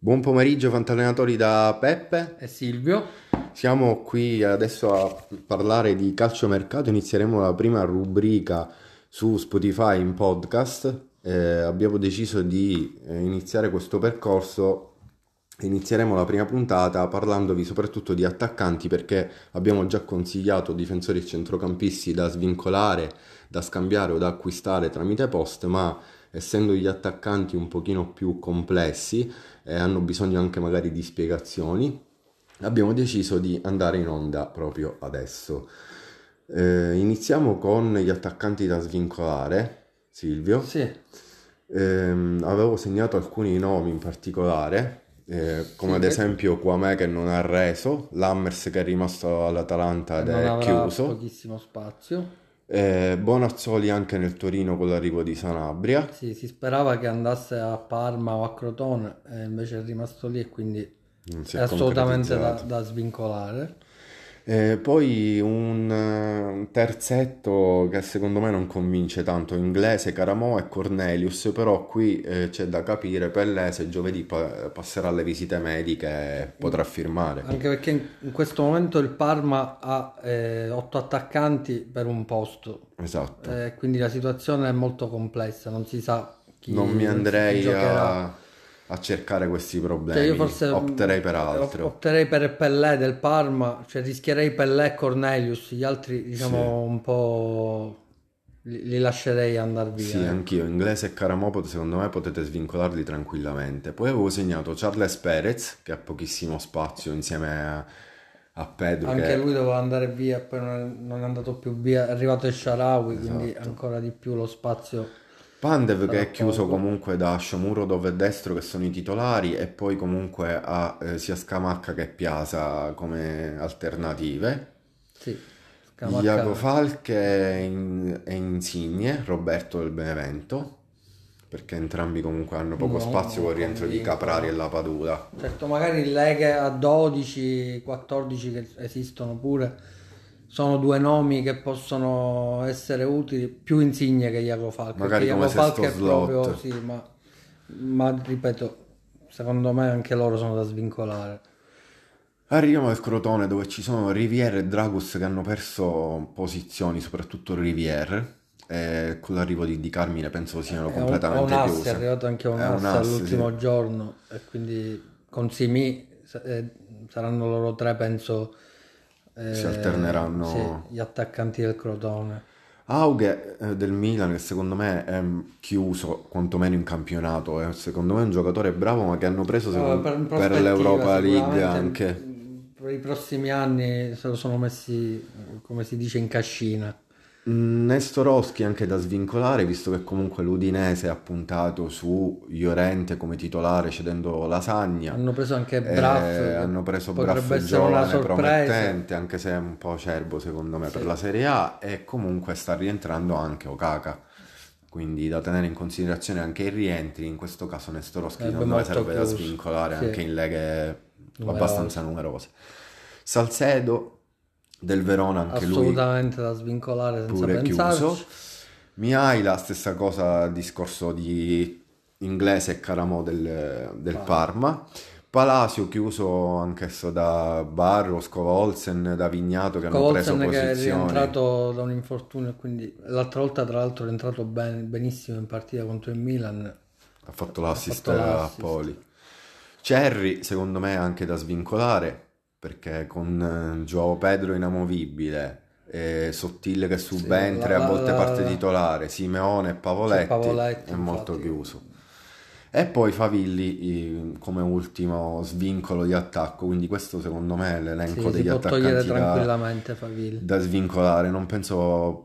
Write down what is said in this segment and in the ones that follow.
Buon pomeriggio fantallenatori da Peppe, E Silvio? siamo qui adesso a parlare di calciomercato, inizieremo la prima rubrica su Spotify in podcast. Abbiamo deciso di iniziare questo percorso, inizieremo la prima puntata parlandovi soprattutto di attaccanti perché abbiamo già consigliato difensori e centrocampisti da svincolare, da scambiare o da acquistare tramite post, ma essendo gli attaccanti un pochino più complessi hanno bisogno anche magari di spiegazioni, abbiamo deciso di andare in onda proprio adesso. Iniziamo con gli attaccanti da svincolare, Silvio. Sì, Avevo segnato alcuni nomi in particolare, come sì, ad esempio Kwame che non ha reso, Lammers che è rimasto all'Atalanta che ed non è avrà chiuso, pochissimo spazio. Bonazzoli anche nel Torino con l'arrivo di Sanabria. Sì, si sperava che andasse a Parma o a Crotone, e invece è rimasto lì e quindi Non si è è assolutamente concretizzato. da svincolare. Poi un terzetto che secondo me non convince tanto, inglese, Caramo e Cornelius, però qui c'è da capire, Pellè se giovedì passerà alle visite mediche e potrà firmare. Anche perché in questo momento il Parma ha 8 attaccanti per un posto, Esatto, quindi la situazione è molto complessa, non si sa non mi chi andrei giocherà. a cercare questi Cioè io problemi, forse opterei per altro. opterei per Pellè del Parma, cioè rischierei Pellè e Cornelius, gli altri Sì. diciamo un po' li lascerei andare Sì, via, ecco. anch'io, inglese e Caramò secondo me potete svincolarli tranquillamente. Poi avevo segnato Charles Perez, che ha pochissimo spazio insieme a Pedro, Anche che... lui doveva andare via, poi non è andato più via, è arrivato il Shaarawy, quindi Esatto. ancora di più lo spazio Pandev che sarà è chiuso poco. comunque da Shomurodov e Destro che sono i titolari e poi comunque ha sia Scamacca che Piazza come alternative. Sì, Iago Scamacca Falche è Insigne, Roberto del Benevento, perché entrambi comunque hanno poco spazio con non il rientro di Caprari e convincono. la Padula. Certo, magari leghe a 12, 14 che esistono pure, sono due nomi che possono essere utili, più Insigne che Iago Falque, perché Magari come Iago sesto Falque è proprio, slot. sì, ma ripeto, secondo me anche loro sono da svincolare. Arriviamo al Crotone dove ci sono Rivière e Dragus che hanno perso posizioni, soprattutto Rivière, e con l'arrivo di Carmine penso siano È un completamente asse, è chiuse. arrivato anche un È un asse ass, sì. all'ultimo giorno e quindi con Simi saranno loro tre, penso, Si sì, alterneranno. gli attaccanti del Crotone. Auge del Milan che secondo me è chiuso quantomeno in campionato, secondo me è un giocatore bravo ma che hanno preso In per prospettiva l'Europa League sicuramente anche. per i prossimi anni se lo sono messi, come si dice, in cascina. Nestorowski anche da svincolare, visto che comunque l'Udinese ha puntato su Llorente come titolare cedendo Lasagna. Hanno preso anche Braff, che Hanno preso potrebbe Braff essere una giovane, sorpresa. promettente, anche se è un po' acerbo secondo me per Sì, la Serie A, e comunque sta rientrando anche Okaka. Quindi da tenere in considerazione anche i rientri, in questo caso Nestorowski sarebbe secondo me molto sarebbe da chiuso. svincolare Sì, anche in leghe abbastanza numerosi. numerose. Salcedo del Verona, anche lui Assolutamente da svincolare senza pure chiuso. pensarci. Mihai, la stessa cosa, discorso di inglese e Caramo del Parma. Parma. Palacio chiuso anch'esso da Barro, Olsen, da Vignato che hanno preso Covolsen che è posizioni. rientrato da un infortunio e quindi l'altra volta tra l'altro è entrato benissimo in partita contro il Milan, Ha fatto ha l'assist fatto a l'assist. Poli. Cerri, secondo me, anche da svincolare, perché con Joao Pedro inamovibile, Sottile che Sì, subentra e a volte parte titolare, Simeone e c'è Pavoletti, è Pavoletti, molto infatti, chiuso. E poi Favilli come ultimo svincolo di attacco, quindi questo secondo me è l'elenco sì, si degli può togliere attaccanti tranquillamente Faville. da svincolare. Non penso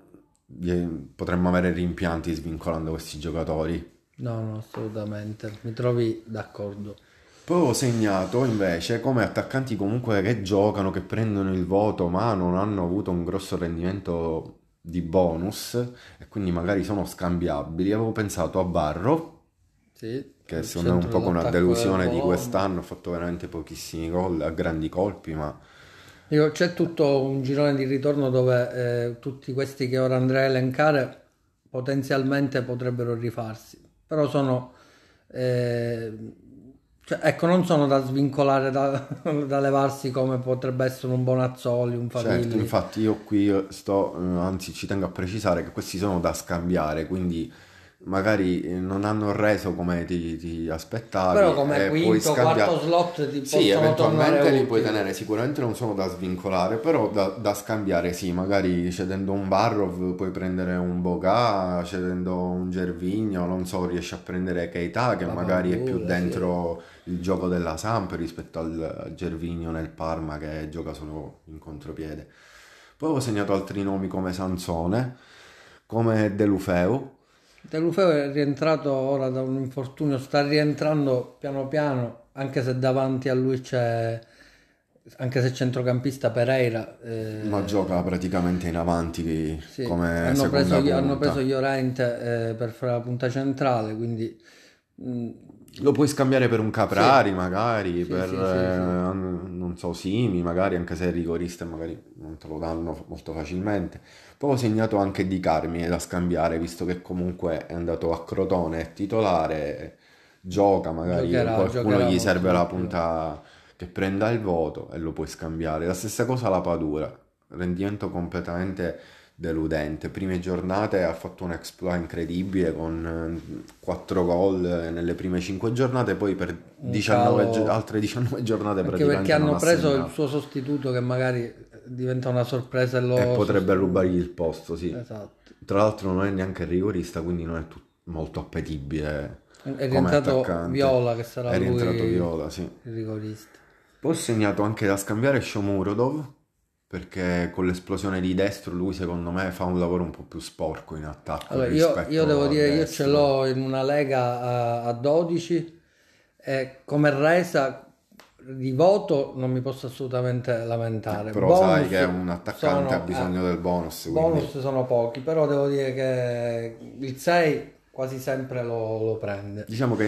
potremmo avere rimpianti svincolando questi giocatori. No, no, assolutamente, mi trovi d'accordo. Poi ho segnato invece come attaccanti comunque che giocano, che prendono il voto, ma non hanno avuto un grosso rendimento di bonus e quindi magari sono scambiabili. Avevo pensato a Barro, Sì, che il secondo me è un centro po' una dell'attacco del delusione di Bologna. quest'anno, ha fatto veramente pochissimi gol a grandi colpi, ma C'è tutto un girone di ritorno dove tutti questi che ora andrei a elencare potenzialmente potrebbero rifarsi, però sono eh, Cioè, ecco, non sono da svincolare, da levarsi come potrebbe essere un Bonazzoli, un Certo, Favilli. infatti io qui sto, anzi ci tengo a precisare che questi sono da scambiare, quindi magari non hanno reso come ti Però aspettavi come e puoi quinto, quarto scambiare. slot ti Sì, possono eventualmente tornare li puoi utili. tenere, sicuramente non sono da svincolare, però da scambiare sì, magari cedendo un Barrov puoi prendere un Boga, cedendo un Gervinho, non so, riesci a prendere Keita che La magari è più Padula, sì. dentro il gioco della Samp rispetto al Gervinho nel Parma che gioca solo in contropiede. Poi ho segnato altri nomi come Sansone, come Delufeu. Deulofeu è rientrato ora da un infortunio, sta rientrando piano piano, anche se davanti a lui c'è, anche se centrocampista Pereira. Ma gioca praticamente in avanti Sì, come seconda hanno preso punta. Llorente per fare la punta centrale, quindi mm, Lo puoi scambiare per un sì, Caprari, magari, sì, per sì, sì, sì. non so, Simi, magari anche se è rigorista e magari non te lo danno molto facilmente. Poi ho segnato anche Di Carmine da scambiare, visto che comunque è andato a Crotone, è titolare, gioca, magari qualcuno Giocherà gli molto serve di la più. punta che prenda il voto e lo puoi scambiare. La stessa cosa la Padura, rendimento completamente deludente. Prime giornate ha fatto un exploit incredibile con 4 gol nelle prime 5 giornate, poi per Un calo, altre 19 giornate anche perché praticamente non hanno ha preso il segnato suo sostituto che magari diventa una sorpresa e e lo potrebbe rubargli sostituisce. il posto, sì. Esatto. Tra l'altro non è neanche rigorista, quindi non è molto appetibile È come rientrato attaccante. Viola che sarà È lui rientrato Viola, sì. il rigorista. Poi ho segnato anche da scambiare Shomurodov, perché con l'esplosione di destro lui secondo me fa un lavoro un po' più sporco in attacco Allora, io devo rispetto a dire, io ce destro. l'ho in una lega a 12 e come resa di voto non mi posso assolutamente lamentare. Però sai che Bonus un attaccante ha sono, bisogno del bonus, quindi bonus sono pochi, però devo dire che il 6 quasi sempre lo prende. diciamo che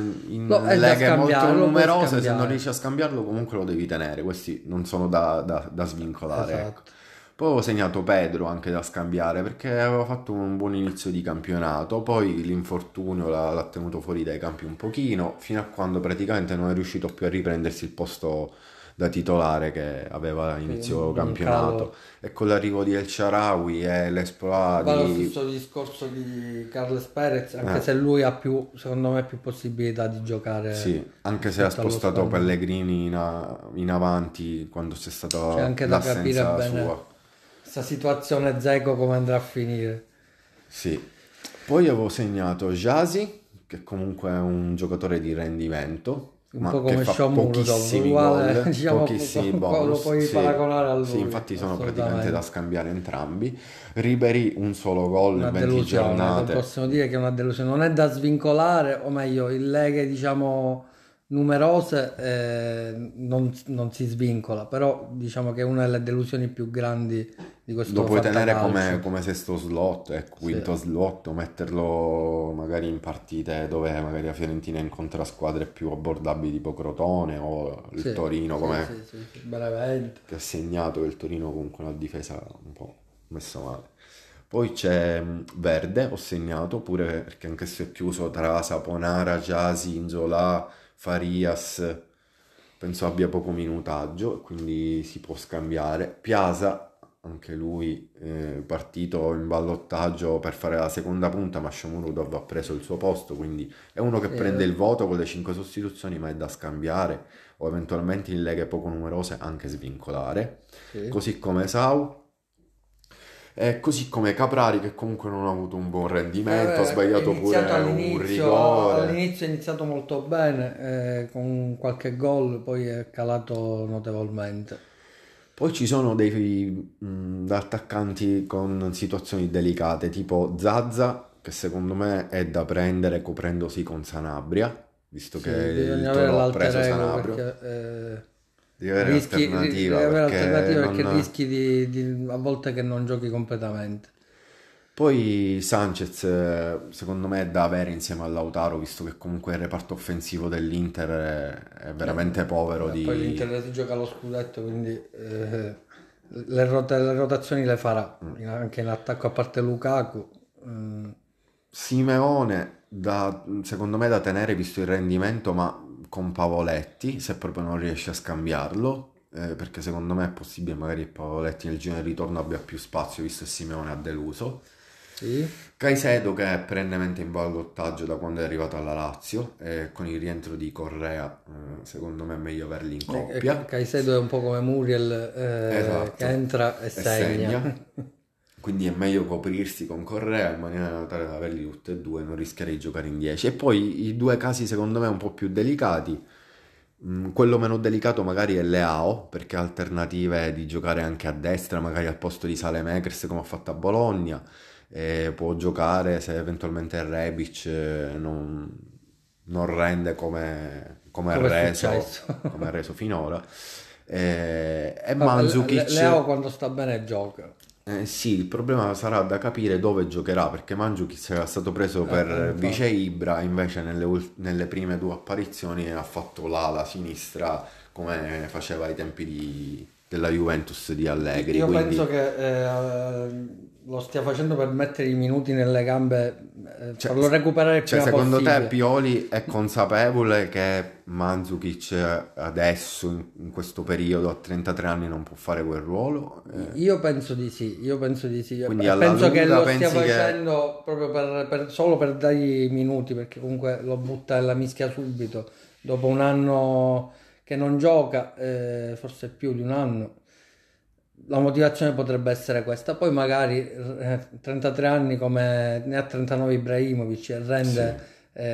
È in da leghe molto scambiare, lo puoi numerose se non scambiare. riesci a scambiarlo comunque lo devi tenere, questi non sono da svincolare, ecco. Esatto. Poi ho segnato Pedro anche da scambiare perché aveva fatto un buon inizio di campionato, poi l'infortunio l'ha tenuto fuori dai campi un pochino, fino a quando praticamente non è riuscito più a riprendersi il posto da titolare che aveva a Sì, inizio un campionato. calo. E con l'arrivo di El Shaarawy e l'esploit Va lo di... stesso discorso di Carles Perez, anche eh, se lui ha più, secondo me, più possibilità di giocare Sì, anche se ha rispetto allo spostato spagnolo. Pellegrini in avanti quando c'è C'è stata anche da capire l'assenza bene sua. questa situazione Zeco come andrà a finire. Sì. Poi avevo segnato Jasi, che comunque è un giocatore di rendimento, Un po' ma che come fa Shomurodov, pochissimi uguale, gol, diciamo, pochissimi lo bonus. puoi Sì, paragonare a sì, lui, infatti sono praticamente da assolutamente. scambiare entrambi. Ribery un solo gol Una in 20 delusione, giornate. possiamo dire che è una delusione. Non è da svincolare, o meglio, in leghe, diciamo, numerose non si svincola, però diciamo che è una delle delusioni più grandi di Lo questo puoi tenere fantacalcio. come sesto slot, ecco, Sì, quinto slot, o metterlo magari in partite dove magari la Fiorentina incontra squadre più abbordabili tipo Crotone o il sì, Torino, sì, come sì, sì, sì, Benevento. che ha segnato che il Torino comunque una difesa un po' messa male. Poi c'è Verde, ho segnato pure perché anche se è chiuso tra Saponara, Giasi, Inzola, Farias, penso abbia poco minutaggio e quindi si può scambiare. Piazza, anche lui partito in ballottaggio per fare la seconda punta, ma Shomurodov ha preso il suo posto, quindi è uno che Sì, prende il voto con le 5 sostituzioni, ma è da scambiare o eventualmente in leghe poco numerose anche svincolare. sì. Così come Sau. E così come Caprari che comunque non ha avuto un buon rendimento, ha È sbagliato iniziato pure un rigore. all'inizio è iniziato molto bene, con qualche gol, poi è calato notevolmente. Poi ci sono dei attaccanti con situazioni delicate, tipo Zazza, che secondo me è da prendere coprendosi con Sanabria, visto che Sì, il bisogna avere Toro ha l'alter preso ego Sanabria. perché Devi avere devi alternativa avere perché alternative perché non... rischi a volte che non giochi completamente. Poi Sanchez, secondo me, è da avere insieme a Lautaro, visto che comunque il reparto offensivo dell'Inter è veramente povero Poi di... l'Inter si gioca lo scudetto, quindi le rotazioni le farà anche in attacco, a parte Lukaku. mm, Simeone, secondo me, da tenere visto il rendimento, ma con Pavoletti, se proprio non riesce a scambiarlo, perché secondo me è possibile magari che Pavoletti nel giro del ritorno abbia più spazio, visto che Simeone ha deluso. Sì. Caicedo che è perennemente in ballottaggio da quando è arrivato alla Lazio, e con il rientro di Correa secondo me è meglio averli in coppia. Caicedo è un po' come Muriel, Esatto, che entra e segna. Quindi è meglio coprirsi con Correa in maniera tale da averli tutti e due, non rischiare di giocare in 10. E poi i due casi secondo me un po' più delicati. Quello meno delicato magari è Leao, perché ha alternative di giocare anche a destra, magari al posto di Saelemaekers come ha fatto a Bologna. E può giocare se eventualmente Rebic non rende come ha Come è reso, successo. come ha reso finora. E Vabbè, Mandzukic. Leo quando sta bene gioca. Sì, il problema sarà da capire dove giocherà, perché Mandzukic era stato preso per Infatti. Vice Ibra, invece nelle prime due apparizioni ha fatto l'ala sinistra come faceva ai tempi della Juventus di Allegri, Io quindi penso che lo stia facendo per mettere i minuti nelle gambe, cioè, farlo recuperare il cioè, prima secondo te possibile. Pioli è consapevole che Mandzukic adesso, in questo periodo, a 33 anni non può fare quel ruolo? Io penso di sì, io penso di sì. Quindi E alla penso che lunga lo stia pensi che... facendo proprio solo per dargli i minuti, perché comunque lo butta nella mischia subito. Dopo un anno che non gioca, forse più di un anno, la motivazione potrebbe essere questa. Poi magari 33 anni come ne ha 39 Ibrahimovic e Sì. rende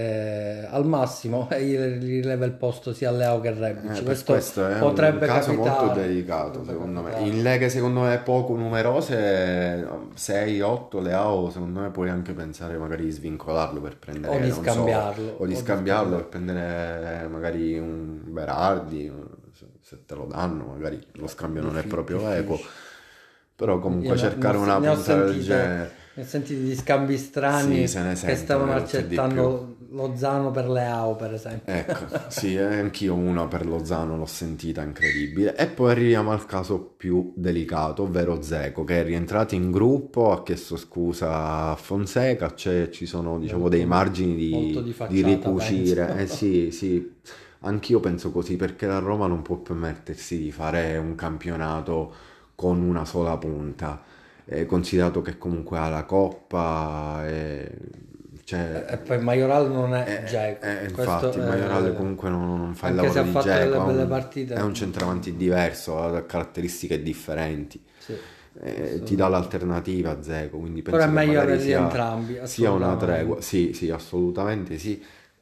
al massimo e gli leva il posto sia a Leao che a Rebic. Questo Questo è un potrebbe caso molto capitare. delicato, Potrebbe secondo me. capitare. In leghe, secondo me, poco numerose, 6-8 Leao, secondo me puoi anche pensare magari di svincolarlo per O prendere, di non so, scambiarlo, o di o di scambiarlo per scambiarlo. prendere magari un Berardi, se te lo danno, magari lo scambio non è proprio equo, Difficile. però Io comunque cercare una ne ho punta del sentite, genere, ne ho sentiti di scambi sì, strani se ne che sentono stavano di tutto e di più. accettando Lozano per Leao, per esempio. Ecco, sì, anch'io una per Lozano l'ho sentita incredibile. E poi arriviamo al caso più delicato, ovvero Dzeko, che è rientrato in gruppo, ha chiesto scusa a Fonseca, ci sono diciamo dei Molto, margini molto di di facciata, ricucire. penso. Sì, sì, anch'io penso così, perché la Roma non può permettersi di fare un campionato con una sola punta, considerato che comunque ha la Coppa, cioè, E poi Majoral non è Dzeko. Questo infatti, Maioral comunque non fa il anche se lavoro ha di fatto delle Dzeko, belle è partite. un centravanti diverso, ha caratteristiche differenti, Sì, ti dà assolutamente. l'alternativa a Dzeko, quindi Però è penso che meglio magari averli sia, entrambi, sia una tregua. assolutamente. Sì, sì, assolutamente sì.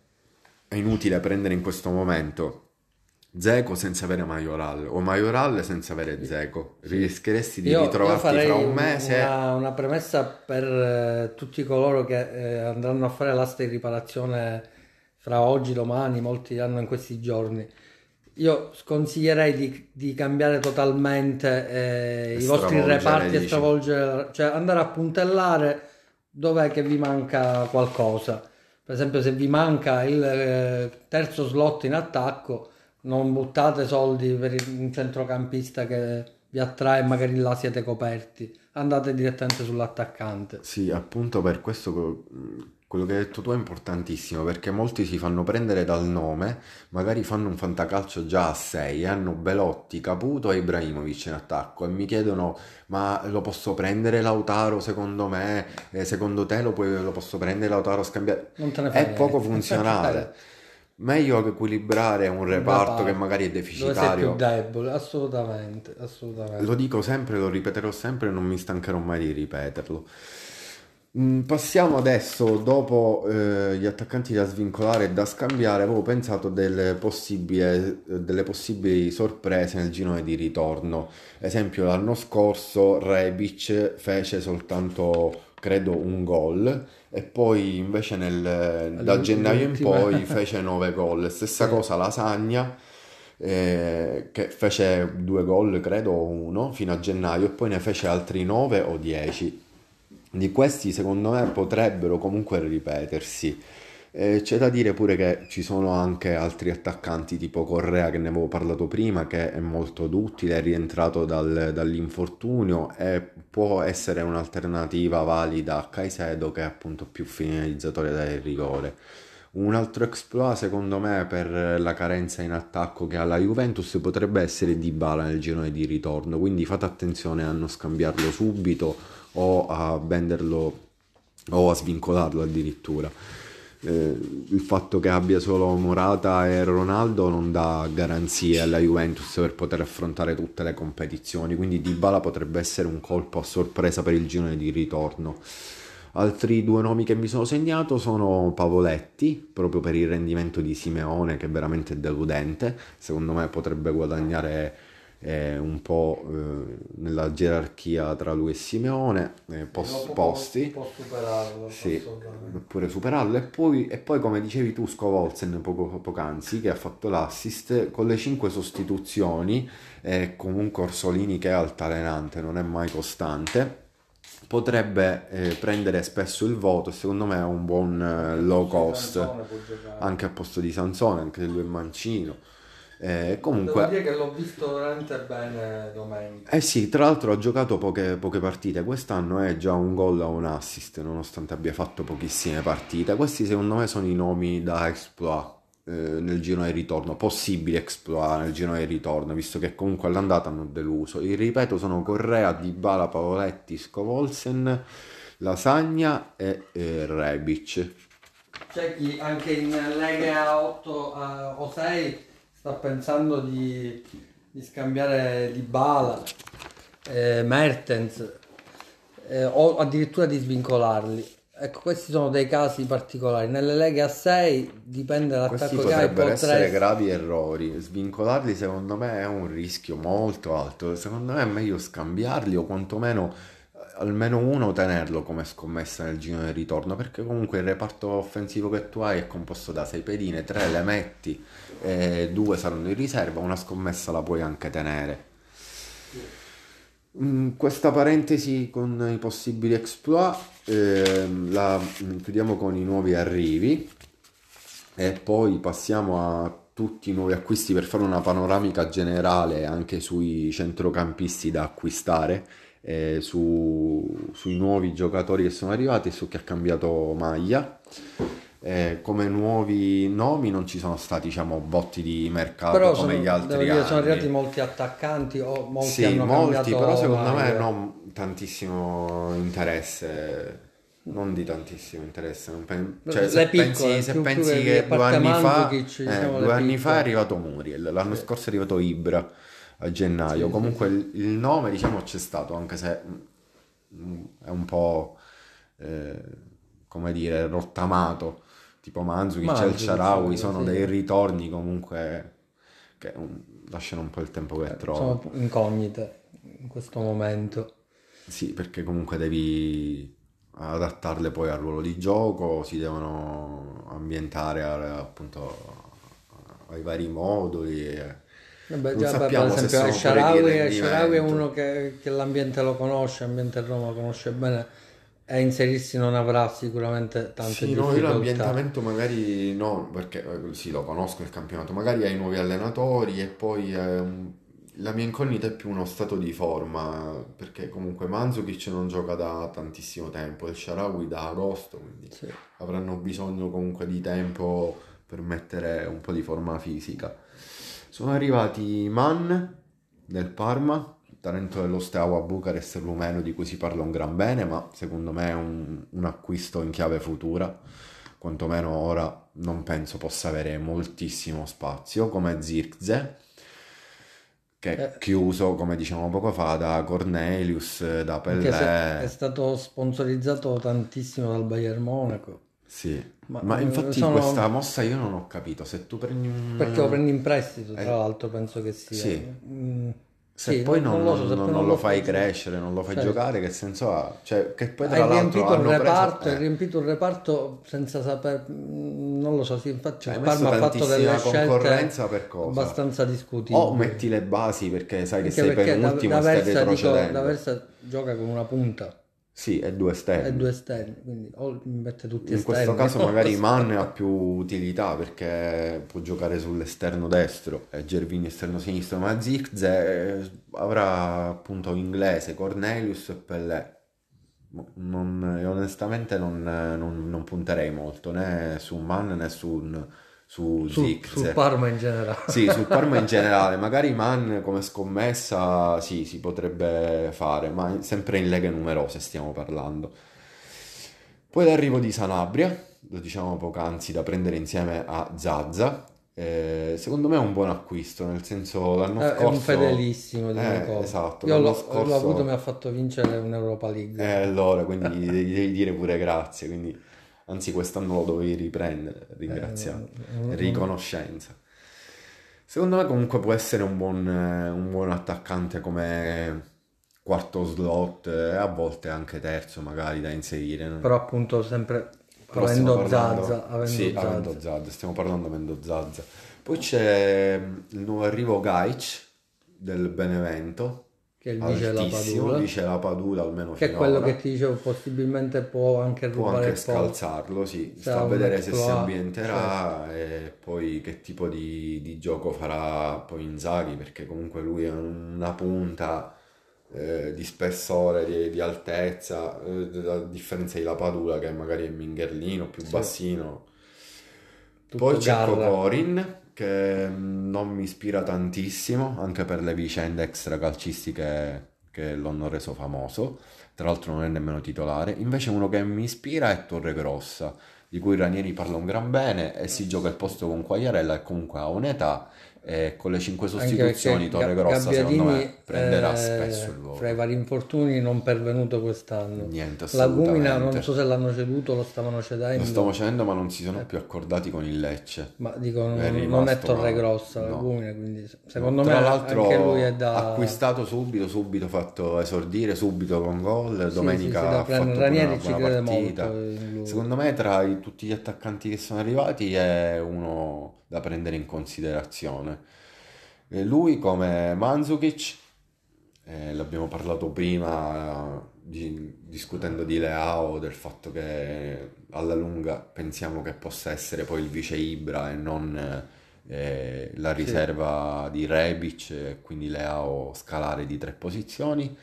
È inutile prendere in questo momento Dzeko senza avere Maioral o Maioral senza avere Dzeko. Sì. Rischieresti di Io ritrovarti fra farei un mese. una premessa per tutti coloro che andranno a fare l'asta di riparazione fra oggi, domani, molti hanno in questi giorni. Io sconsiglierei di cambiare totalmente E i vostri stravolgere, reparti e dici. stravolgere, cioè andare a puntellare dov'è che vi manca qualcosa. Per esempio, se vi manca il terzo slot in attacco, non buttate soldi per un centrocampista che vi attrae e magari là siete coperti. Andate direttamente sull'attaccante. Sì, appunto per questo quello che hai detto tu è importantissimo, perché molti si fanno prendere dal nome, magari fanno un fantacalcio già a 6 e hanno Belotti, Caputo e Ibrahimovic in attacco e mi chiedono ma lo posso prendere Lautaro secondo me? Secondo te lo posso prendere Lautaro scambiare? Non te ne È fai poco niente. Cioè, funzionale. Meglio equilibrare un un reparto che reparto magari è dove sei più deficitario. debole, assolutamente, Lo assolutamente. dico sempre, lo ripeterò sempre e non mi stancherò mai di ripeterlo. Passiamo adesso, dopo gli attaccanti da svincolare e da scambiare, avevo pensato delle possibili sorprese nel girone di ritorno. Esempio, l'anno scorso Rebic fece soltanto, credo, un gol e poi invece da gennaio in L'ultima, poi fece 9 gol. Stessa sì. cosa Lasagna, che fece 2 gol, credo, o uno, fino a gennaio e poi ne fece altri 9 o 10. Di questi secondo me potrebbero comunque ripetersi. C'è da dire pure che ci sono anche altri attaccanti tipo Correa che ne avevo parlato prima, che è molto duttile, è rientrato dall'infortunio e può essere un'alternativa valida a Caicedo che è appunto più finalizzatore dal rigore. Un altro exploit, secondo me, per la carenza in attacco che ha la Juventus potrebbe essere Dybala nel girone di ritorno, quindi fate attenzione a non scambiarlo subito o a venderlo o a svincolarlo addirittura. Il fatto che abbia solo Morata e Ronaldo non dà garanzie alla Juventus per poter affrontare tutte le competizioni, quindi Dybala potrebbe essere un colpo a sorpresa per il girone di ritorno. Altri due nomi che mi sono segnato sono Pavoletti, proprio per il rendimento di Simeone che è veramente deludente, secondo me potrebbe guadagnare un po' nella gerarchia tra lui e Simeone, posti, Può superarlo, sì, assolutamente. oppure superarlo. E poi come dicevi tu, Scovolsen poc'anzi, che ha fatto l'assist con le 5 sostituzioni, comunque Orsolini che è altalenante, non è mai costante. Potrebbe prendere spesso il voto e secondo me è un buon low cost Sansone può giocare. anche al posto di Sansone, anche se lui è mancino. Devo dire Comunque, che l'ho visto veramente bene domenica. eh sì, tra l'altro ha giocato poche partite, quest'anno è già un gol a un assist, nonostante abbia fatto pochissime partite. Questi secondo me sono i nomi da exploit nel girone di ritorno, possibili exploit nel girone di ritorno, visto che comunque all'andata hanno deluso. Il ripeto, sono Correa, Dybala, Pavoletti, Scovolsen, Lasagna e Rebic. C'è chi anche in Lega 8 o 6 sta pensando di scambiare Dybala, Mertens, o addirittura di svincolarli. Ecco, questi sono dei casi particolari. Nelle leghe a 6 dipende Questi dall'attacco che hai, potrebbero essere potresti... gravi errori. Svincolarli secondo me è un rischio molto alto. Secondo me è meglio scambiarli o quantomeno almeno uno tenerlo come scommessa nel giro del ritorno, perché comunque il reparto offensivo che tu hai è composto da 6 pedine, 3 le metti, e 2 saranno in riserva, una scommessa la puoi anche tenere. Questa parentesi con i possibili exploit la chiudiamo con i nuovi arrivi e poi passiamo a tutti i nuovi acquisti per fare una panoramica generale anche sui centrocampisti da acquistare, sui nuovi giocatori che sono arrivati e su chi ha cambiato maglia. Come nuovi nomi non ci sono stati, diciamo, botti di mercato Però come gli devo altri dire, sono arrivati anni. molti attaccanti o molti Sì, hanno molti, però cambiato secondo me maglia. non tantissimo interesse. Non di tantissimo interesse. Cioè, Le piccole, se più pensi che a che due parte anni fa, Mandzukic, diciamo le 2 anni fa è piccole. arrivato Muriel, l'anno Sì, scorso è arrivato Ibra a gennaio. sì, sì, Comunque sì. il nome, diciamo, c'è stato, anche se è un po', eh, come dire, rottamato. Tipo Mandzukic e il Mandzukic, Shaarawy sono dei sì. ritorni comunque che lasciano un po' il tempo che Sono trovano. incognite in questo momento. Sì, perché comunque devi adattarle poi al ruolo di gioco, si devono ambientare appunto ai vari moduli. Vabbè, Non già per sappiamo se esempio sono pure di Shaarawy è uno rendimento. che l'ambiente lo conosce, l'ambiente a Roma lo conosce bene e inserirsi non avrà sicuramente tante Sì, no, io difficoltà. l'ambientamento magari no, perché sì, lo conosco il campionato, magari hai nuovi allenatori e poi la mia incognita è più uno stato di forma, perché comunque Mandzukic non gioca da tantissimo tempo, il Shaarawy da agosto, quindi Sì. avranno bisogno comunque di tempo per mettere un po' di forma fisica. Sono arrivati Man del Parma, talento dello Steaua Bucarest rumeno di cui si parla un gran bene, ma secondo me è un acquisto in chiave futura. Quantomeno ora non penso possa avere moltissimo spazio, come Zirkzee, che è Eh, chiuso, come dicevamo poco fa, da Cornelius, da Anche se è Pellè. stato sponsorizzato tantissimo dal Bayern Monaco, Sì, ma ma infatti questa sono mossa io non ho capito. Se tu prendi perché lo un... prendi in prestito, tra eh, l'altro penso che sia. sì, se Sì, poi non lo so, se poi non non lo lo fai fai giocare. crescere, non lo fai Certo. giocare, che senso ha? Cioè, che poi tra l'altro hanno preso... Hai riempito il reparto senza saper, non lo so, sì, infatti Cioè, il hai messo Parma ha fatto delle tantissima scelte concorrenza per cosa? abbastanza O discutibili. metti le basi perché sai che Anche sei perché penultimo da e stai Versa, dico, da retrocedendo. Versa gioca con una punta Sì, e due e due esterni. esterni, quindi o mi mette tutti In questo esterni, caso non lo magari Man ha so. più utilità perché può giocare sull'esterno destro e Gervini esterno sinistro, ma Zirkzee avrà appunto inglese, Cornelius e Pellè. onestamente non punterei molto né su Man né su Sul Zirkzee. Parma in generale. Sì, sul Parma in generale, magari Man come scommessa sì, si potrebbe fare, ma sempre in leghe numerose stiamo parlando. Poi l'arrivo di Sanabria, lo diciamo poc'anzi, da prendere insieme a Zaza. Secondo me è un buon acquisto, nel senso l'anno È un scorso... fedelissimo di Nicolo. esatto, Io l'anno l'ho avuto, mi ha scorso... fatto vincere un'Europa League. allora, quindi gli devi dire pure grazie, quindi... Anzi, quest'anno lo dovevi riprendere, Non, ringraziare, non- riconoscenza. Secondo me comunque può essere un buon attaccante come quarto slot e a volte anche terzo magari da inserire. Però appunto sempre Però stiamo avendo parlando, Zaza, avendo sì, avendo Zaza, Zad, stiamo parlando avendo Zazza. Poi c'è il nuovo arrivo Gaic del Benevento, che è il vice della altissimo, Padula, dice la Padula almeno che è quello che finora. ti dicevo, possibilmente può anche Può rubare anche il posto. scalzarlo, sì, Se sta ha a un vedere se si exploit, certo. ambienterà e poi che tipo di gioco farà poi Inzaghi, perché comunque lui è una punta di spessore, di altezza, a differenza di Lapadula che magari è mingherlino, più Sì, bassino. Poi tutto c'è garra. Kokorin che non mi ispira tantissimo, anche per le vicende extracalcistiche che l'hanno reso famoso. Tra l'altro non è nemmeno titolare. Invece uno che mi ispira è Torregrossa, di cui Ranieri parla un gran bene e si gioca il posto con Quagliarella e comunque ha un'età e con le 5 Anche sostituzioni perché Torregrossa secondo me Gabbiadini, prenderà spesso il fra i voto. vari infortuni, non pervenuto quest'anno. Niente, Lagumina non so assolutamente. se l'hanno ceduto, lo stavano Lo stiamo cedendo, facendo ma non si sono più accordati con il Lecce. ma dico È non è rimasto male. Torregrossa No. Lagumina, quindi No, secondo me tra anche lui è l'altro da... acquistato subito fatto esordire subito con gol, Sì, domenica da ha prendere. fatto pure una Ranieri ci buona crede molto partita. in lui. Secondo me tutti gli attaccanti che sono arrivati è uno da prendere in considerazione. Lui come Mandzukic, l'abbiamo parlato prima discutendo di Leao, del fatto che alla lunga pensiamo che possa essere poi il vice Ibra e non la Sì. riserva di Rebic, e quindi Leao scalare di 3 posizioni.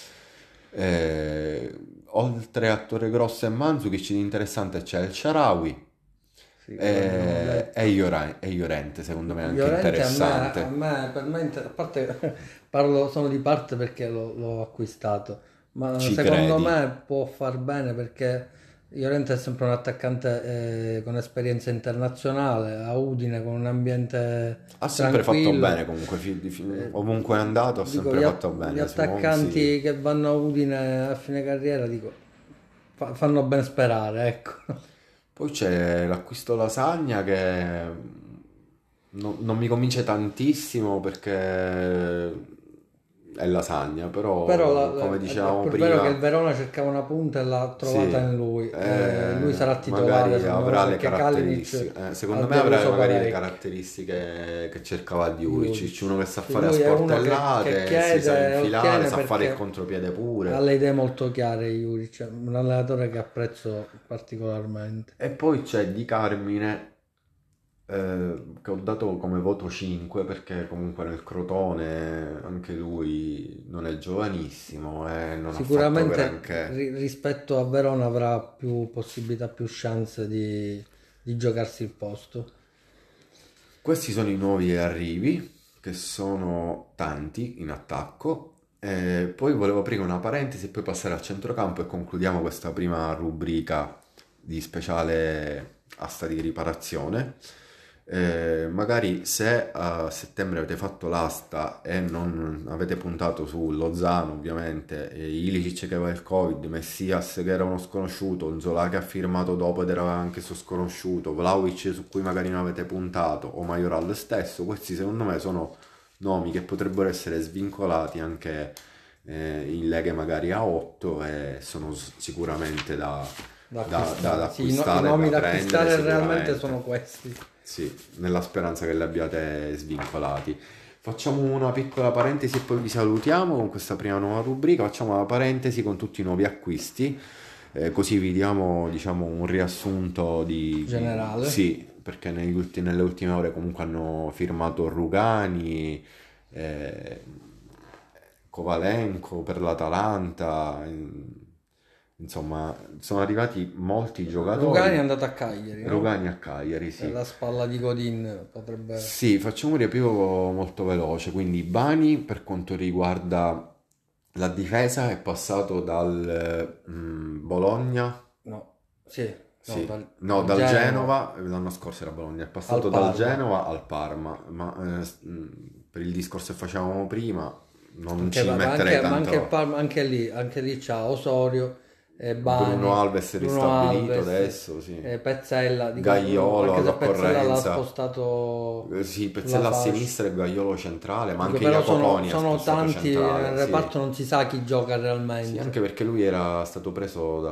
Oltre a Torregrossa e Mandzukic di interessante c'è il Shaarawy Sì, che l'abbiamo e detto. Llorente, secondo me è anche Llorente interessante. per me, a parte, sono di parte perché l'ho acquistato, ma Ci secondo credi? me può far bene perché Llorente è sempre un attaccante con esperienza internazionale, a Udine con un ambiente Ha sempre fatto bene tranquillo. comunque, ovunque è andato ha Dico, sempre fatto gli bene, Swansea. attaccanti che vanno a Udine a fine carriera, dico, fanno ben sperare, ecco. Poi c'è l'acquisto Lasagna che non mi convince tantissimo perché è Lasagna, Però però come è dicevamo pur vero che il prima, Verona cercava una punta e l'ha trovata sì, in lui. Lui sarà titolare magari secondo me avrà le perché Kalinic caratteristiche, ha secondo me avrà deluso magari le parecchio. caratteristiche che cercava di Juricic, Juric. uno che sa Sì, fare a lui è uno che sportellate, si sa chiede e infilare, ottiene sa fare il perché contropiede ha pure. le idee molto chiare. Juric, è un allenatore che apprezzo particolarmente. E poi c'è Di Carmine, che ho dato come voto 5 perché comunque nel Crotone anche lui non è giovanissimo e non ha fatto Sicuramente granché. rispetto a Verona avrà più possibilità, più chance di giocarsi il posto. Questi sono i nuovi arrivi, che sono tanti in attacco. Poi volevo aprire una parentesi e poi passare al centrocampo e concludiamo questa prima rubrica di speciale asta di riparazione. Magari se a settembre avete fatto l'asta e non avete puntato su Lozano, ovviamente, Ilicic che aveva il Covid, Messias che era uno sconosciuto, Nzola che ha firmato dopo ed era anche su sconosciuto, Vlahovic su cui magari non avete puntato, o Majoral stesso, questi secondo me sono nomi che potrebbero essere svincolati anche in leghe magari a 8 e sono sicuramente Da da acquistare. Sì, i acquistare e nomi da da prendere acquistare realmente sono sicuramente. questi. Sì, nella speranza che li abbiate svincolati. Facciamo una piccola parentesi e poi vi salutiamo con questa prima nuova rubrica. Facciamo una parentesi con tutti i nuovi acquisti, così vi diamo, diciamo, un riassunto Generale. Sì, perché nelle ultime ore comunque hanno firmato Rugani, eh, Kovalenko per l'Atalanta, insomma, sono arrivati molti giocatori. Rugani è andato a Cagliari, no? Rugani a Cagliari, sì. Per la spalla di Godin potrebbe... Sì, facciamo un riepillogo molto veloce. Quindi Bani, per quanto riguarda la difesa, è passato dal Bologna. No, sì, no, Sì, dal no, dal Genova Genova, l'anno scorso era Bologna, è al passato dal Parma. Genova al Parma, ma per il discorso che facevamo prima non Anche, ci ma metterei anche, ma anche il tanto. Parma, anche lì c'ha Osorio, Bruno Bani, Alves è Bruno ristabilito Alves, adesso, sì. Pezzella, Gaiolo anche se Pezzella l'ha all'occorrenza. spostato Sì, sulla Pezzella a fascia. sinistra e Gaiolo centrale, ma Dico, anche però Jacoponi è sono spostato tanti nel centrale, sì. reparto, non si sa chi gioca Sì, anche realmente. perché lui era stato preso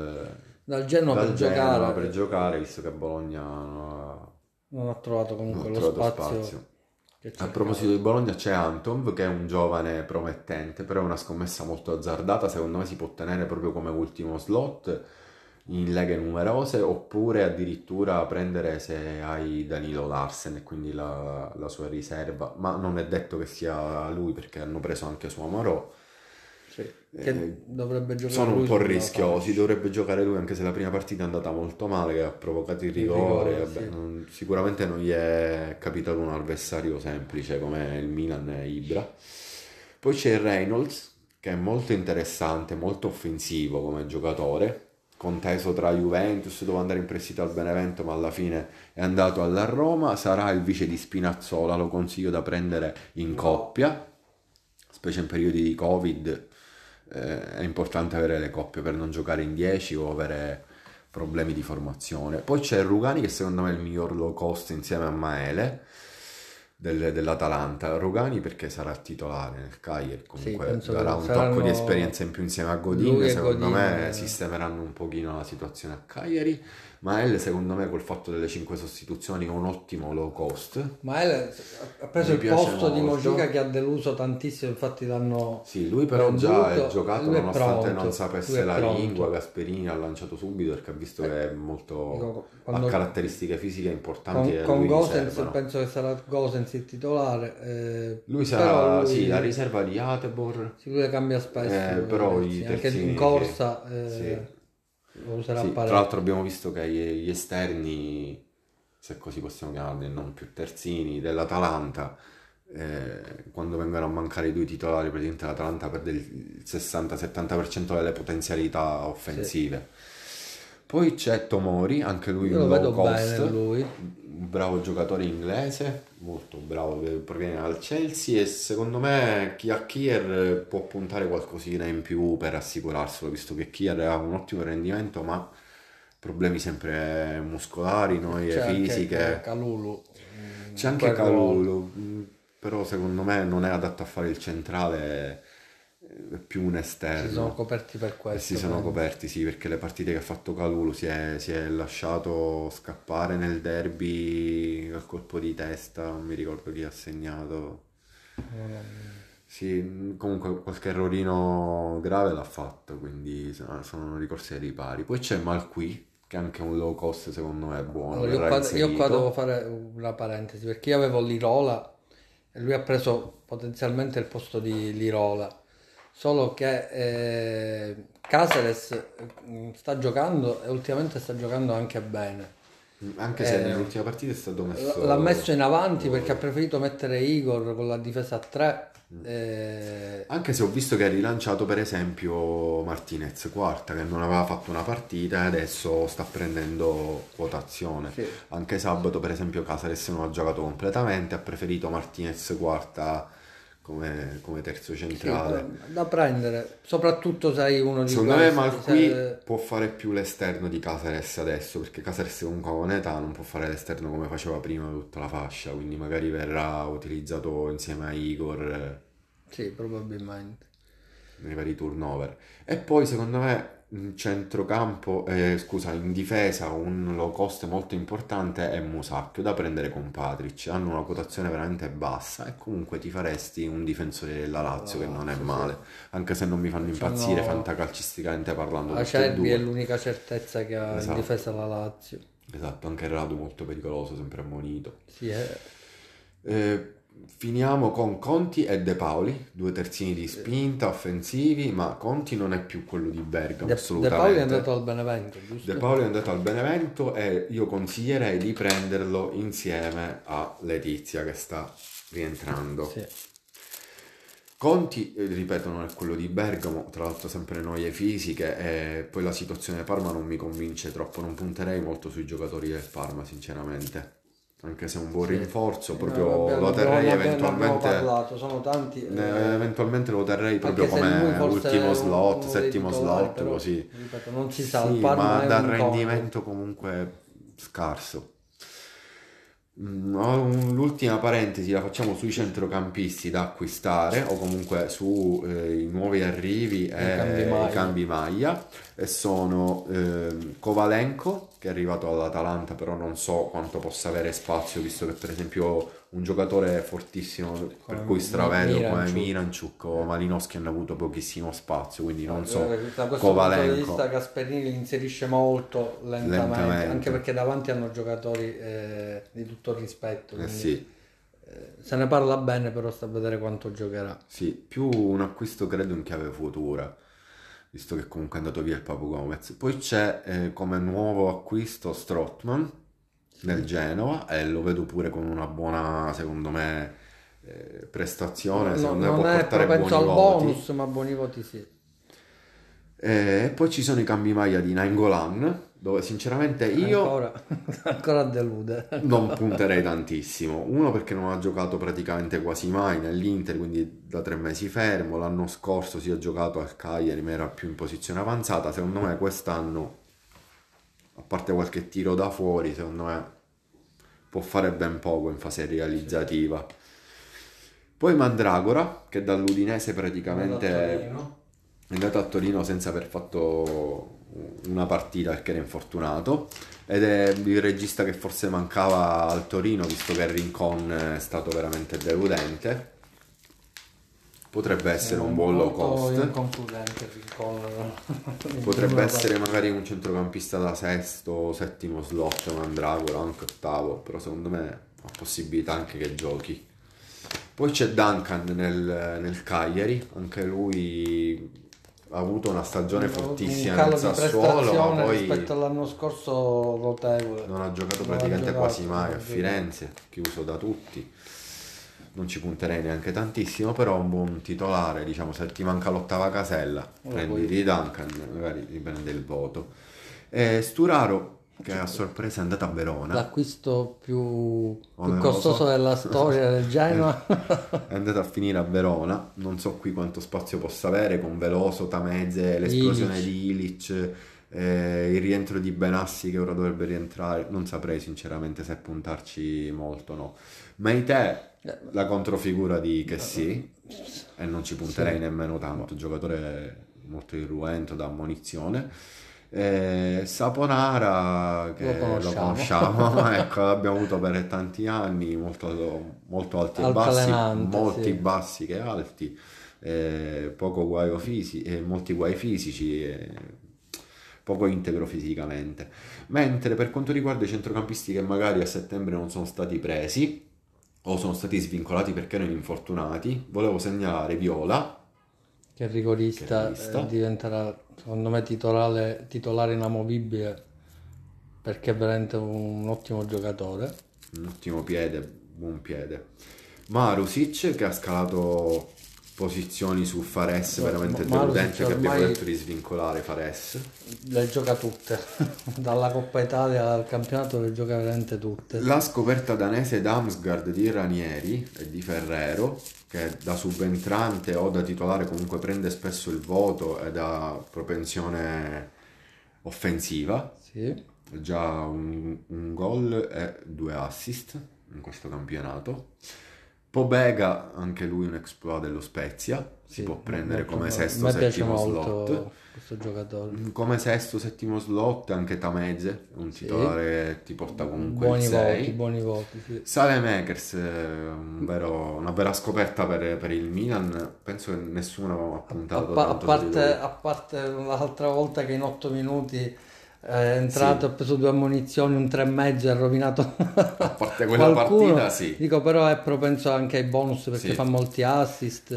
Dal Genoa dal per Genoa giocare per giocare, visto che a Bologna non ha trovato non comunque ha lo trovato spazio spazio. che A cercava. proposito di Bologna c'è Antov che è un giovane promettente, però è una scommessa molto azzardata, secondo me si può tenere proprio come ultimo slot in leghe numerose oppure addirittura prendere se hai Danilo Larsen e quindi la sua riserva, ma non è detto che sia lui perché hanno preso anche su Amarò. Sì, che dovrebbe giocare Sono un lui po' sulla rischiosi, fascia. dovrebbe giocare lui anche se la prima partita è andata molto male, che ha provocato il Il rigore, rigore, vabbè, sì. sicuramente non gli è capitato un avversario semplice come il Milan e Ibra. Poi c'è Reynolds, che è molto interessante, molto offensivo come giocatore, conteso tra Juventus, doveva andare in prestito al Benevento, ma alla fine è andato alla Roma, sarà il vice di Spinazzola, lo consiglio da prendere in In coppia. coppia, specie in periodi di Covid, è importante avere le coppie per non giocare in 10 o avere problemi di formazione. Poi c'è Rugani che secondo me è il miglior low cost insieme a Maele dell'Atalanta. Rugani perché sarà titolare nel Cagliari, Sì, comunque penso darà che un tocco di saranno esperienza in più insieme a Godin, lui e secondo Godin. me sistemeranno un pochino la situazione a Cagliari. Maele secondo me col fatto delle 5 sostituzioni è un ottimo low cost. Ma él ha preso Mi il piace posto di Mojica molto. che ha deluso tantissimo, infatti l'hanno Sì, lui però già è venduto e giocato lui è nonostante non pronto. Lui sapesse è la lingua, pronto. Gasperini ha lanciato subito perché ha visto Eh, che è molto... dico, ha quando, caratteristiche fisiche importanti e a con lui gli Gosens servono. penso che sarà Gosens il titolare, Lui però sarà, sì, la lui, riserva di Atebor, sì, lui le cambia spesso, lui, i però i terzini. Anche in terzini, sì, corsa sì, lo userà sì. Tra l'altro parecchio. abbiamo visto che gli esterni, se così possiamo chiamarli, non più terzini, dell'Atalanta, quando vengono a mancare i due titolari, praticamente l'Atalanta perde il 60-70% delle potenzialità Sì. offensive. Poi c'è Tomori, anche lui Io un lo low vedo bene cost, lui. un bravo giocatore inglese, molto bravo, che proviene dal Chelsea e secondo me chi a Kier può puntare qualcosina in più per assicurarselo, visto che Kier ha un ottimo rendimento, ma problemi sempre muscolari, Sì, noie c'è anche fisiche. Calulu C'è in anche quel ruolo. Calulu, però secondo me non è adatto a fare il centrale, è più un Si sono esterno. coperti per E si questo, sono penso. coperti, sì, perché le partite che ha fatto Calulu si è lasciato scappare nel derby al colpo di testa, non mi ricordo chi ha segnato. Sì, comunque qualche errorino grave l'ha fatto, quindi sono ricorsi ai ripari. Poi c'è Malqui, che è anche un low cost secondo me è buono, Allora, verrà io qua devo inserito. fare una parentesi perché io avevo Lirola e lui ha preso potenzialmente il posto di Lirola. Solo che Caceres sta giocando e ultimamente sta giocando anche bene. Anche se Eh, nell'ultima partita è stato L'ha messo messo in avanti perché ha fuori. preferito mettere Igor con la difesa a 3. Anche se ho visto che ha rilanciato per esempio Martinez Quarta che non aveva fatto una partita e adesso sta prendendo quotazione. Sì. Anche sabato per esempio Casares non ha giocato completamente, ha preferito Martinez Quarta come terzo Sì, centrale. da prendere, soprattutto se hai uno di Secondo me questi. Malqui può fare più l'esterno di Casares adesso perché Casares comunque con età non può fare l'esterno come faceva prima tutta la fascia, quindi magari verrà utilizzato insieme a Igor. Sì, probabilmente. Nei vari turnover. E poi secondo me in centrocampo, scusa, in difesa un low cost molto importante è Musacchio da prendere con Patric. Hanno una quotazione veramente bassa e comunque ti faresti un difensore della Lazio che La non è Lazio, sì. male, anche se non mi fanno impazzire C'hanno fantacalcisticamente parlando tutti e Acerbi è due. l'unica certezza che ha in Esatto, difesa la Lazio. esatto, anche Radu molto pericoloso, sempre ammonito. Sì, è... Eh, Finiamo con Conti e De Paoli, due terzini di spinta, offensivi, ma Conti non è più quello di Bergamo, De Paoli è assolutamente. andato al Benevento, giusto? De Paoli è andato al Benevento e io consiglierei di prenderlo insieme a Letizia che sta rientrando. Sì. Conti, ripeto, non è quello di Bergamo, tra l'altro sempre noie fisiche e poi la situazione Parma non mi convince troppo, non punterei molto sui giocatori del Parma sinceramente, anche se è un buon rinforzo, proprio lo terrei ne abbiamo eventualmente, parlato, sono tanti. eventualmente lo terrei proprio Anche se lui come forse ultimo è slot, uno dei settimo titolari, slot, però, così. ripeto, non si sa, il Sì, Parma ma è dal un incongruo. rendimento comunque scarso. L'ultima parentesi la facciamo sui centrocampisti da acquistare o comunque sui nuovi arrivi cambi e i maglia. cambi maglia e sono Kovalenko che è arrivato all'Atalanta però non so quanto possa avere spazio visto che per esempio un giocatore fortissimo per cui stravedo come Miranchuk o Malinowski hanno avuto pochissimo spazio quindi non so Da questo punto di Kovalenko vista Gasperini li inserisce molto lentamente, lentamente. anche perché davanti hanno giocatori di tutto rispetto, quindi, Sì. se ne parla bene, però sta a vedere quanto giocherà. Sì, più un acquisto credo in chiave futura, visto che comunque è andato via il Papu Gomez. Poi c'è come nuovo acquisto Strootman nel Genova e lo vedo pure con una buona, secondo me, prestazione, secondo me Non può è portare propenso buoni al voti. bonus, ma buoni voti sì. E poi ci sono i cambi maglia di Nainggolan, dove sinceramente io Ancora delude. non punterei tantissimo. Uno perché non ha giocato praticamente quasi mai nell'Inter, quindi da 3 mesi fermo. L'anno scorso si è giocato al Cagliari, ma era più in posizione avanzata. Secondo me quest'anno, a parte qualche tiro da fuori, secondo me può fare ben poco in fase realizzativa. Poi Mandragora, che dall'Udinese praticamente è andato a Torino senza aver fatto una partita perché era infortunato ed è il regista che forse mancava al Torino visto che Rincon è stato veramente deludente. Potrebbe essere un buon low cost, inconcludente Rincon. potrebbe essere magari un centrocampista da sesto o settimo slot Mandragora, anche ottavo, però secondo me ha possibilità anche che giochi. Poi c'è Duncan nel Cagliari, anche lui ha avuto una stagione fortissima un calo nel di Sassuolo, ma prestazione poi rispetto all'anno scorso notevole. non ha giocato Non ha praticamente giocato, quasi mai non a ha Firenze, chiuso da tutti. Non ci punterei neanche tantissimo, però un buon titolare, diciamo, se ti manca l'ottava casella, prenditi Duncan, magari riprende il voto. E Sturaro, che a sorpresa è andato a Verona, L'acquisto più Oneroso. costoso della storia del Genoa. è andato a finire a Verona, non so qui quanto spazio possa avere, con Veloso, Tameze, l'esplosione di Ilic, il rientro di Benassi che ora dovrebbe rientrare, non saprei sinceramente se puntarci molto o no. Meite, la controfigura di Chessy, e non ci punterei nemmeno tanto, giocatore molto irruento da ammonizione. Saponara che lo conosciamo, ecco, l'abbiamo avuto per tanti anni, molto alti e bassi, Altalenante, molti sì. bassi che alti, poco guaio molti guai fisici, poco integro fisicamente. Mentre per quanto riguarda i centrocampisti che magari a settembre non sono stati presi o sono stati svincolati perché erano infortunati, volevo segnalare Viola, Che il rigorista diventerà secondo me titolare inamovibile perché è veramente un ottimo giocatore. un ottimo piede, buon piede. Marusic che ha scalato posizioni su Fares, veramente deludente, che abbiamo detto di svincolare Fares. Le gioca tutte, dalla Coppa Italia al campionato le gioca veramente tutte. La scoperta danese Damsgaard di Ranieri e di Ferrero, che da subentrante o da titolare comunque prende spesso il voto ed ha propensione offensiva, Sì. già un gol e 2 assist in questo campionato. Pobega, anche lui un exploit dello Spezia, si può prendere come sesto, settimo slot. Questo giocatore. Come sesto, settimo slot anche Tameze, un titolare ti porta comunque buoni il 6. buoni voti, sì. Saelemaekers, una vera scoperta per il Milan, penso che nessuno ha puntato tanto su di lui. A parte l'altra volta che in 8 minuti è entrato, ha preso 2 ammonizioni, un 3,5 e ha rovinato A parte quella qualcuno. partita, sì. Dico, però è propenso anche ai bonus perché Sì. fa molti assist.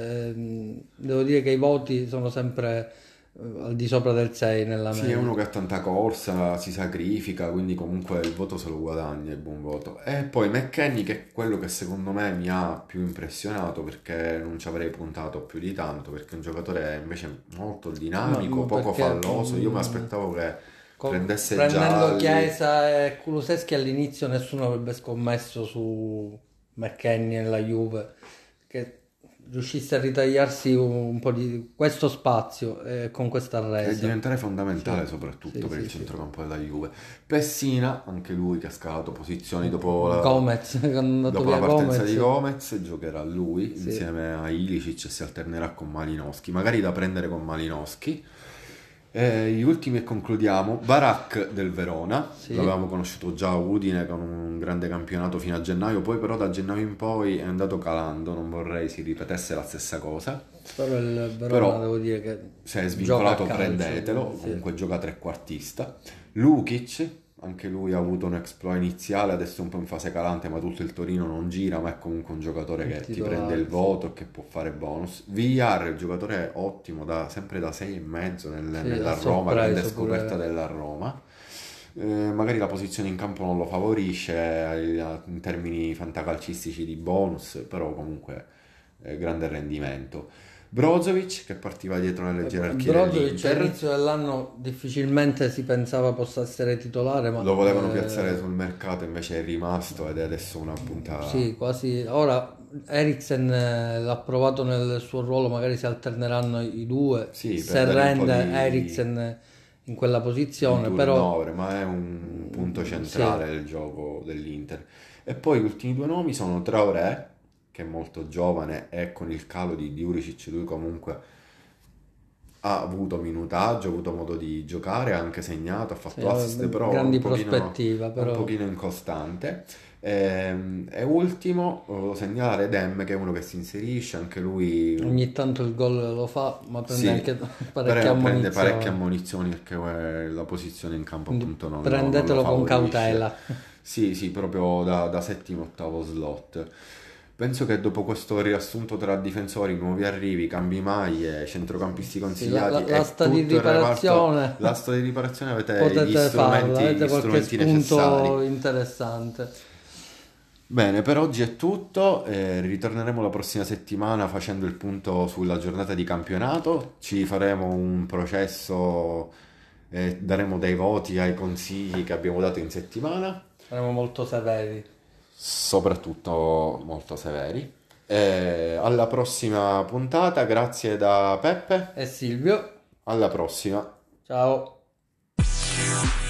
Devo dire che i voti sono sempre al di sopra del 6 nella Sì, è media. uno che ha tanta corsa, si sacrifica, quindi comunque il voto se lo guadagna, il buon voto. E poi McKennie, che è quello che secondo me mi ha più impressionato, perché non ci avrei puntato più di tanto, perché è un giocatore invece molto dinamico, Ma poco perché falloso. Io mi aspettavo che prendesse prendendo gialli. Chiesa e Kuluseschi all'inizio nessuno avrebbe scommesso su McKennie e la Juve che riuscisse a ritagliarsi un po' di questo spazio con questa E resa. diventare fondamentale Sì, soprattutto sì, per il sì, sì. centrocampo della Juve. Pessina, anche lui che ha scalato posizioni dopo Gomez, quando è andato dopo la via partenza di Gomez, Gomez, giocherà lui sì. insieme a Ilicic e si alternerà con Malinowski, magari da prendere con Malinowski. Gli ultimi e concludiamo. Barak del Verona, Sì, l'avevamo conosciuto già a Udine con un grande campionato fino a gennaio, poi però da gennaio in poi è andato calando, non vorrei si ripetesse la stessa cosa. però il Verona Però devo dire che se è gioca a svincolato calcio, prendetelo, quindi sì. comunque gioca trequartista. Lukic, anche lui ha avuto un exploit iniziale, adesso è un po' in fase calante, ma tutto il Torino non gira, ma è comunque un giocatore Il che ti prende il titolare, sì. voto e che può fare bonus. Villar, il giocatore ottimo, sempre da 6,5 Sì, nella ha Roma, grande sorpreso scoperta pure. della Roma. Magari la posizione in campo non lo favorisce in termini fantacalcistici di bonus, però comunque grande rendimento. Brozovic che partiva dietro nelle gerarchie Brozovic dell'Inter, all'inizio dell'anno difficilmente si pensava possa essere titolare, ma lo volevano piazzare sul mercato, invece è rimasto ed è adesso una punta. sì, quasi. Ora Eriksen l'ha provato nel suo ruolo, magari si alterneranno i due, Sì, per se dare un po' rende di Eriksen in quella di posizione, però turnover, ma è un punto sì, centrale del gioco dell'Inter. E poi gli ultimi due nomi sono Traoré, che è molto giovane e con il calo di Juricic lui comunque ha avuto minutaggio, ha avuto modo di giocare, ha anche segnato, ha sì, fatto assist, però grandi prospettiva, è un però pochino incostante. E ultimo, volevo segnalare Dem, che è uno che si inserisce, anche lui. ogni tanto il gol lo fa, ma prende Sì, anche parecchie però prende parecchie ammonizioni, ammonizioni perché la posizione in campo quindi appunto non lo prendetelo con favorisce. cautela. Sì, sì, proprio da settimo, ottavo slot. Penso che dopo questo riassunto tra difensori, nuovi arrivi, cambi maglie, centrocampisti Sì, consigliati e l'asta di tutto il reparto, riparazione l'asta di riparazione avete potete farla, gli avete qualche strumenti necessari. spunto interessante. Bene, per oggi è tutto, ritorneremo la prossima settimana facendo il punto sulla giornata di campionato, ci faremo un processo e daremo dei voti ai consigli che abbiamo dato in settimana, Saremo molto severi. soprattutto molto severi. Alla prossima puntata, grazie da Peppe, E Silvio, alla prossima. ciao.